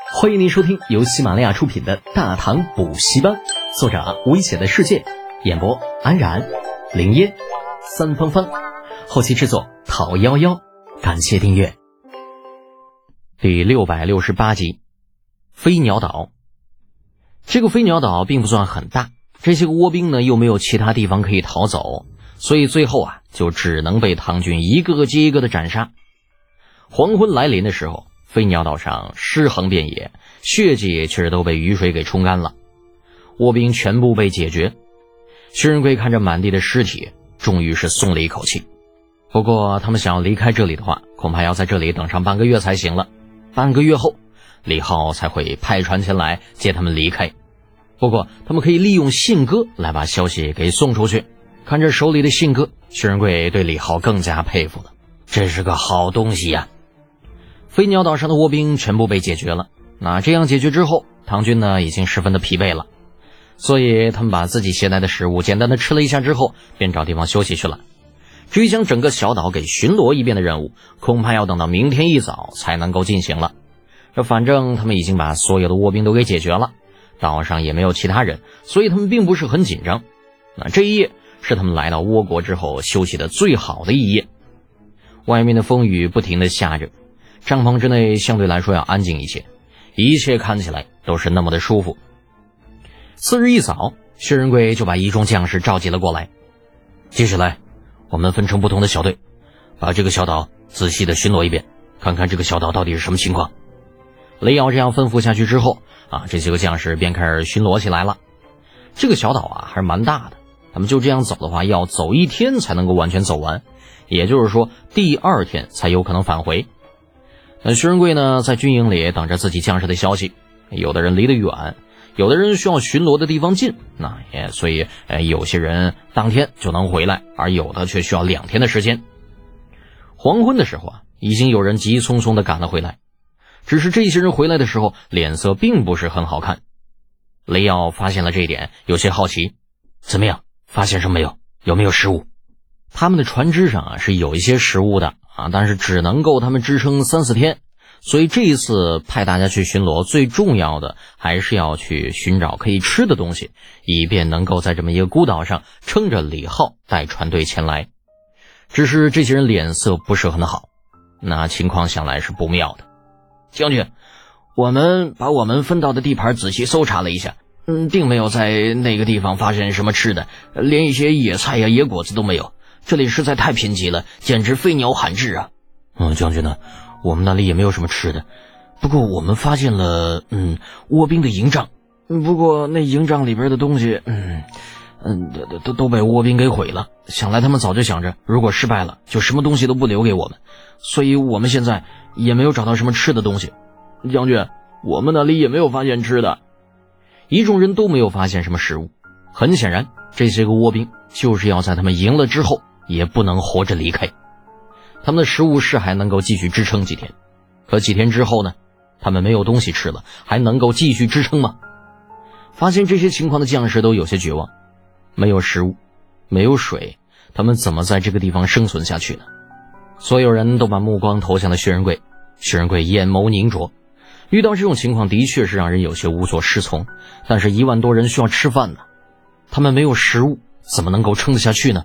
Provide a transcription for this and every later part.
欢迎您收听由喜马拉雅出品的大唐补习班，作者危险的世界，演播安然、林烟、三芳芳，后期制作陶幺幺。感谢订阅。第668集，飞鸟岛。这个飞鸟岛并不算很大，这些个倭兵呢又没有其他地方可以逃走，所以最后就只能被唐军一个接一个的斩杀。黄昏来临的时候，飞鸟岛上尸横遍野，血迹却是都被雨水给冲干了，倭兵全部被解决。薛仁贵看着满地的尸体，终于是松了一口气。不过他们想要离开这里的话，恐怕要在这里等上半个月才行了。半个月后，李浩才会派船前来接他们离开。不过他们可以利用信鸽来把消息给送出去。看着手里的信鸽，薛仁贵对李浩更加佩服了，这是个好东西呀。飞鸟岛上的倭兵全部被解决了，那这样解决之后，唐军呢已经十分的疲惫了，所以他们把自己携带的食物简单的吃了一下之后，便找地方休息去了。至于将整个小岛给巡逻一遍的任务，恐怕要等到明天一早才能够进行了。这反正他们已经把所有的倭兵都给解决了，岛上也没有其他人，所以他们并不是很紧张。那这一夜是他们来到倭国之后休息的最好的一夜。外面的风雨不停的下着，帐篷之内相对来说要安静一些，一切看起来都是那么的舒服。次日一早，薛仁贵就把一众将士召集了过来。接下来我们分成不同的小队，把这个小岛仔细的巡逻一遍，看看这个小岛到底是什么情况。雷瑶这样吩咐下去之后这些个将士便开始巡逻起来了。这个小岛还是蛮大的，他们就这样走的话要走一天才能够完全走完，也就是说第二天才有可能返回。那薛仁贵呢在军营里等着自己将士的消息，有的人离得远，有的人需要巡逻的地方近，所以有些人当天就能回来，而有的却需要2天的时间。黄昏的时候已经有人急匆匆地赶了回来，只是这些人回来的时候脸色并不是很好看。雷耀发现了这一点，有些好奇，怎么样，发现什么没有？有没有食物？他们的船只上是有一些食物的但是只能够他们支撑3-4天，所以这一次派大家去巡逻，最重要的还是要去寻找可以吃的东西，以便能够在这么一个孤岛上撑着李浩带船队前来。只是这些人脸色不是很好，那情况想来是不妙的。将军，我们把我们分到的地盘仔细搜查了一下，并没有在那个地方发现什么吃的，连一些野菜野果子都没有，这里实在太贫瘠了，简直飞鸟罕至啊。将军呢，我们那里也没有什么吃的，不过我们发现了倭兵的营帐，不过那营帐里边的东西都被倭兵给毁了，想来他们早就想着如果失败了就什么东西都不留给我们，所以我们现在也没有找到什么吃的东西。将军，我们那里也没有发现吃的。一众人都没有发现什么食物，很显然这些个倭兵就是要在他们赢了之后也不能活着离开。他们的食物是还能够继续支撑几天，可几天之后呢，他们没有东西吃了，还能够继续支撑吗？发现这些情况的将士都有些绝望，没有食物，没有水，他们怎么在这个地方生存下去呢？所有人都把目光投向了薛仁贵，薛仁贵眼眸凝灼，遇到这种情况的确是让人有些无所适从，但是1万多人需要吃饭呢，他们没有食物怎么能够撑得下去呢？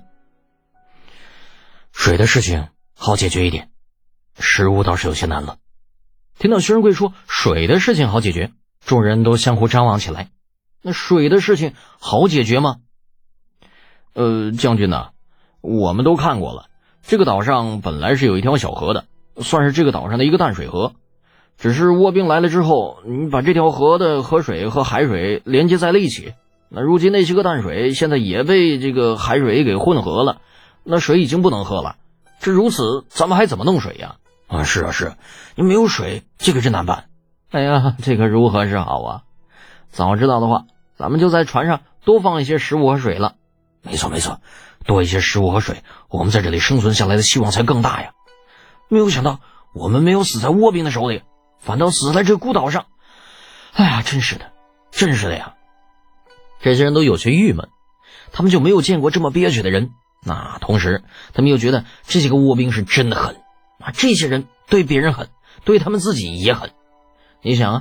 水的事情好解决一点，食物倒是有些难了。听到薛仁贵说水的事情好解决，众人都相互张望起来。那水的事情好解决吗？将军呢，我们都看过了，这个岛上本来是有一条小河的，算是这个岛上的一个淡水河，只是倭兵来了之后，你把这条河的河水和海水连接在了一起，那如今那些个淡水现在也被这个海水给混合了，那水已经不能喝了，这如此咱们还怎么弄水呀？是你没有水这个真难办。哎呀，这个如何是好啊？早知道的话咱们就在船上多放一些食物和水了。没错，多一些食物和水，我们在这里生存下来的希望才更大呀。没有想到我们没有死在倭兵的手里，反倒死在这孤岛上。哎呀，真是的呀。这些人都有些郁闷，他们就没有见过这么憋屈的人。同时他们又觉得这些个倭兵是真的狠，这些人对别人狠，对他们自己也狠。你想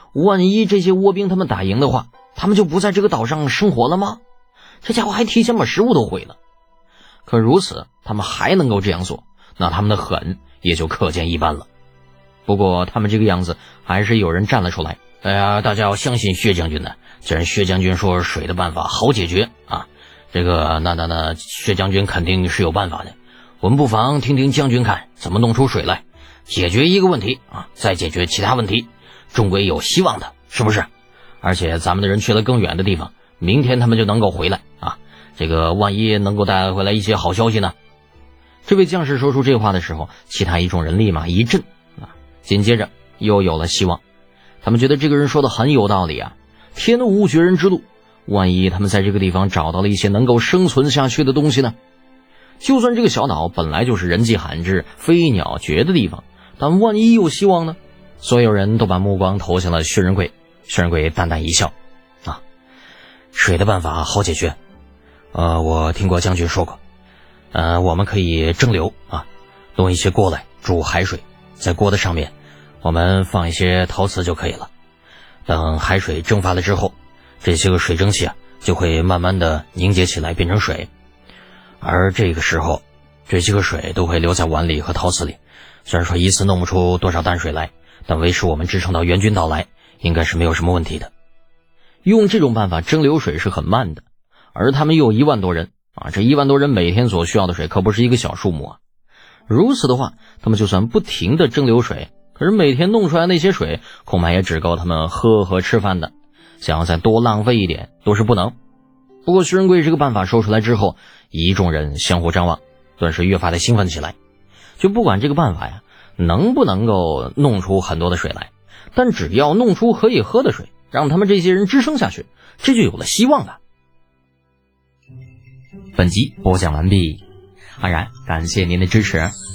万一这些倭兵他们打赢的话，他们就不在这个岛上生活了吗？这家伙还提前把食物都毁了。可如此他们还能够这样做，那他们的狠也就可见一斑了。不过他们这个样子，还是有人站了出来。哎呀，大家要相信薛将军的，既然薛将军说水的办法好解决啊，这个那薛将军肯定是有办法的。我们不妨听听将军看怎么弄出水来，解决一个问题啊，再解决其他问题，终归有希望的，是不是？而且咱们的人去了更远的地方，明天他们就能够回来啊，这个万一能够带回来一些好消息呢？这位将士说出这话的时候，其他一众人立马一震啊，紧接着又有了希望。他们觉得这个人说的很有道理啊，天无绝人之路，万一他们在这个地方找到了一些能够生存下去的东西呢？就算这个小岛本来就是人迹罕至、飞鸟绝的地方，但万一有希望呢？所有人都把目光投向了薛仁贵。薛仁贵淡淡一笑啊，水的办法好解决，我听过将军说过，我们可以蒸馏啊，弄一些锅来煮海水，在锅的上面我们放一些陶瓷就可以了。等海水蒸发了之后，这些个水蒸气啊就会慢慢的凝结起来变成水，而这个时候这些个水都会留在碗里和陶瓷里，虽然说一次弄不出多少淡水来，但维持我们支撑到援军到来应该是没有什么问题的。用这种办法蒸馏水是很慢的，而他们又1万多人啊，这1万多人每天所需要的水可不是一个小数目啊。如此的话，他们就算不停的蒸馏水，可是每天弄出来那些水恐怕也只够他们喝和吃饭的，想要再多浪费一点都是不能。不过薛仁贵这个办法说出来之后，一众人相互张望，顿时越发的兴奋起来。就不管这个办法呀能不能够弄出很多的水来，但只要弄出可以喝的水，让他们这些人支撑下去，这就有了希望啊。 本集播讲完毕，安然感谢您的支持。